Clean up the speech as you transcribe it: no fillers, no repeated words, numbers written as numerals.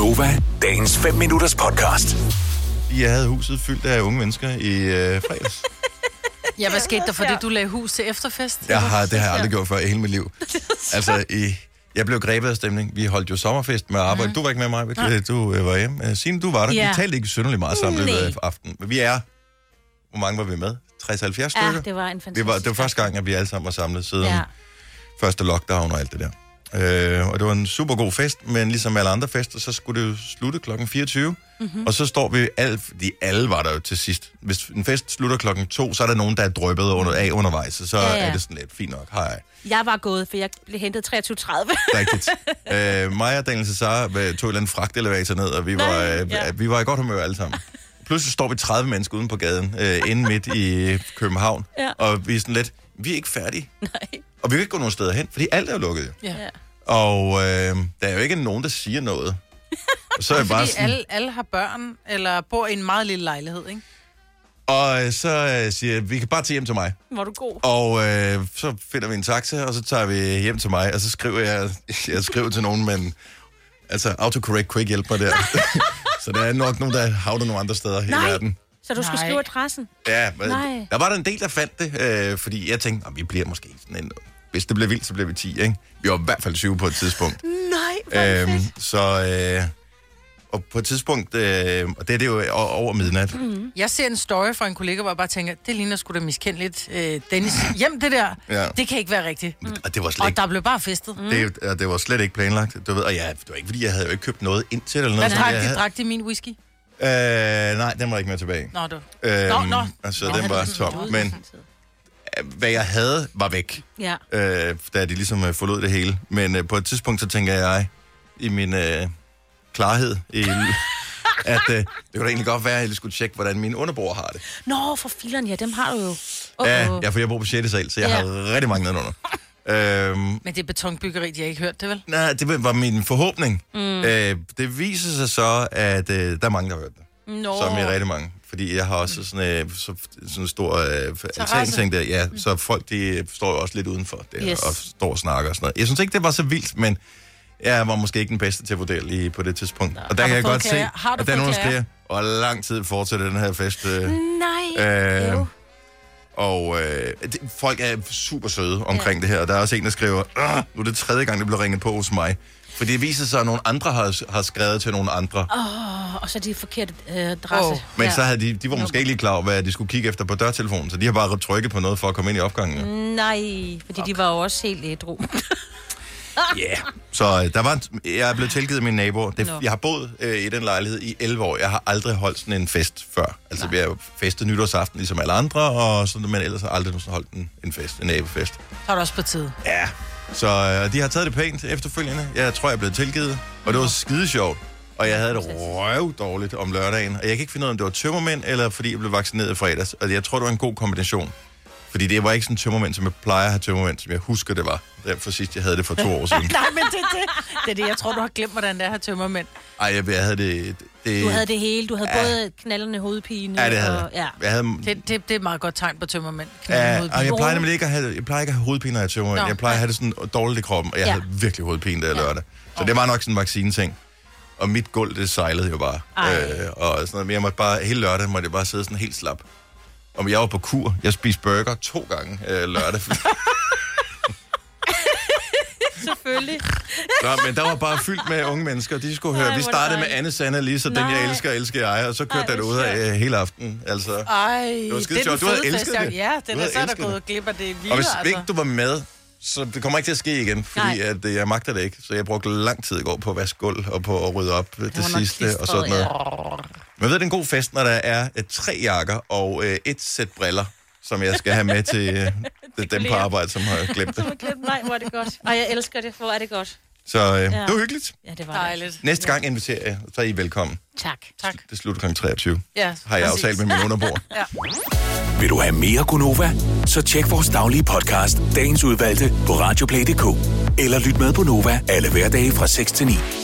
Gonova, dagens 5 minutters podcast. Jeg havde huset fyldt af unge mennesker i fredags. Ja, hvad skete der, fordi du lagde hus til efterfest? Det har jeg aldrig gjort før i hele mit liv. Altså, jeg blev grebet af stemning. Vi holdt jo sommerfest med arbejde. Du var ikke med mig, du var hjemme. Signe, du var der. Vi talte ikke synderligt meget sammen i aften. Men vi er... Hvor mange var vi med? 60-70 stykker? Ja, det var en fantastisk... Det var første gang, at vi alle sammen var samlet siden første lockdown og alt det der. Og det var en super god fest, men ligesom alle andre fester, så skulle det jo slutte klokken 24. Mm-hmm. Og så står vi fordi alle var der jo til sidst. Hvis en fest slutter klokken 2, så er der nogen, der er drøbet af undervejs, så er det sådan lidt fint nok. Hej. Jeg var gået, for jeg blev hentet 23.30. Rigtigt. Mig og Daniel Cesar tog en eller anden fragtelevator ned, og vi var i godt humør alle sammen. Pludselig står vi 30 mennesker uden på gaden, inde midt i København, og vi er sådan lidt, vi er ikke færdige. Nej. Og vi kan ikke gå nogen steder hen, fordi alt er jo lukket. Ja. Og der er jo ikke nogen, der siger noget. Og så er bare sådan... alle har børn, eller bor i en meget lille lejlighed, ikke? Og så siger jeg, vi kan bare tage hjem til mig. Var du god? Og så finder vi en taxa, og så tager vi hjem til mig, og så skriver jeg skriver til nogen, men altså autocorrect kunne ikke hjælpe mig der. Så der er nok nogen, der havner nogle andre steder i verden. Så du skal skrive adressen? Ja, der var der en del, der fandt det, fordi jeg tænkte, vi bliver måske sådan en... Hvis det bliver vildt, så bliver vi 10, ikke? Vi var i hvert fald 20 på et tidspunkt. Nej, og på et tidspunkt, og det er det jo over midnat. Mm. Jeg ser en story fra en kollega, hvor jeg bare tænker, det ligner sgu da miskendeligt. Dennis, hjem det der, det kan ikke være rigtigt. Og det var slet ikke... Og der blev bare festet. Det var slet ikke planlagt. Du ved, og det var ikke, fordi jeg havde jo ikke købt noget indtil eller noget. Hvad drak de min whisky? Nej, den var ikke med tilbage. Nå, du. Altså, den var tom. Men hvad jeg havde, var væk. Ja. Da de ligesom forlod det hele. Men på et tidspunkt, så tænker jeg, i min klarhed, at det kunne da egentlig godt være, at jeg skulle tjekke, hvordan mine underbord har det. Nå, for fileren, ja, dem har du jo. Ja, for jeg bor på 6. sal, så jeg har rigtig mange nedenunder. Men det er betonbyggeri, de har ikke hørt det, vel? Nej, det var min forhåbning. Det viser sig så, at der er mange, der har hørt det. Som er rigtig mange. Fordi jeg har også sådan en stor altan-ting der. Ja, så folk, de står jo også lidt udenfor der, og står og snakker og sådan noget. Jeg synes ikke, det var så vildt, men jeg var måske ikke den bedste til at vurdere lige på det tidspunkt. Og der kan jeg godt se, at der er nogen, der skriver, og lang tid fortsætter den her fest. Nej, og folk er super søde omkring det her. Og der er også en, der skriver, nu er det 3. gang, det blev ringet på hos mig. For det viser sig, at nogle andre har skrevet til nogle andre. Og så de forkerte adresse. Men så havde de var måske ikke lige klar over, hvad de skulle kigge efter på dørtelefonen. Så de har bare trykket på noget for at komme ind i opgangen. Nej, fordi de var jo også helt ædru. Ja, så jeg er blevet tilgivet mine naboer. Jeg har boet i den lejlighed i 11 år. Jeg har aldrig holdt sådan en fest før. Altså, vi har festet nytårsaften, ligesom alle andre, og sådan, men ellers har jeg aldrig holdt en fest, en nabofest. Så er det også på tide. Ja, så de har taget det pænt efterfølgende. Jeg tror, jeg er blevet tilgivet, og det var skide sjovt. Og jeg havde det dårligt om lørdagen. Og jeg kan ikke finde ud af, om det var tømmermænd, eller fordi jeg blev vaccineret i fredags. Og jeg tror, det var en god kombination. Fordi det var ikke sådan tømmermænd, som jeg plejer at have tømmermænd, som jeg husker, det var. Derfor sidst, jeg havde det for 2 år siden. Nej, men det er det. Jeg tror, du har glemt, hvordan det er at have tømmermænd. Ej, jeg havde det... Du havde det hele. Du havde både knaldende hovedpine. Ja, det havde jeg. Det er et meget godt tegn på tømmermænd. Jeg plejer nemlig ikke at have hovedpine, når jeg er tømmermænd. Jeg plejer at have det sådan dårligt i kroppen, og jeg havde virkelig hovedpine, da jeg lørdag. Så det var nok sådan en vaccineting. Og mit gulv, det sejlede jo bare. Og sådan noget. Men jeg måtte bare, hele lørdag måtte jeg bare sidde sådan helt slap. Og jeg var på kur. Jeg spiste burger 2 gange lørdag. Selvfølgelig. Men der var bare fyldt med unge mennesker. De skulle høre. Vi startede med Anne, Sanne og Lisa, den jeg elsker jeg. Og så kørte det ud af hele aften. Altså, det var skide sjovt. Du havde elsket det. Ja, den er så der gået glip af det vilde. Og hvis ikke du var med, så det kommer ikke til at ske igen, fordi at jeg magter det ikke. Så jeg brugte lang tid i går på at vaske gulv og på at rydde op det sidste og sådan noget. Men ved, det er en god fest, når der er 3 jakker og 1 sæt briller, som jeg skal have med til dem på arbejde, som har glemt det. Nej, hvor er det godt. Og jeg elsker det, hvor er det godt. Så det var hyggeligt. Ja, det var dejligt. Næste gang inviterer jeg, så er I velkommen. Tak. Det slutter kl. 23. Ja, har jeg aftalt med min underbord. Vil du have mere Gonova? Så tjek vores daglige podcast, dagens udvalgte, på radioplay.dk. Eller lyt med på Nova alle hverdage fra 6 til 9.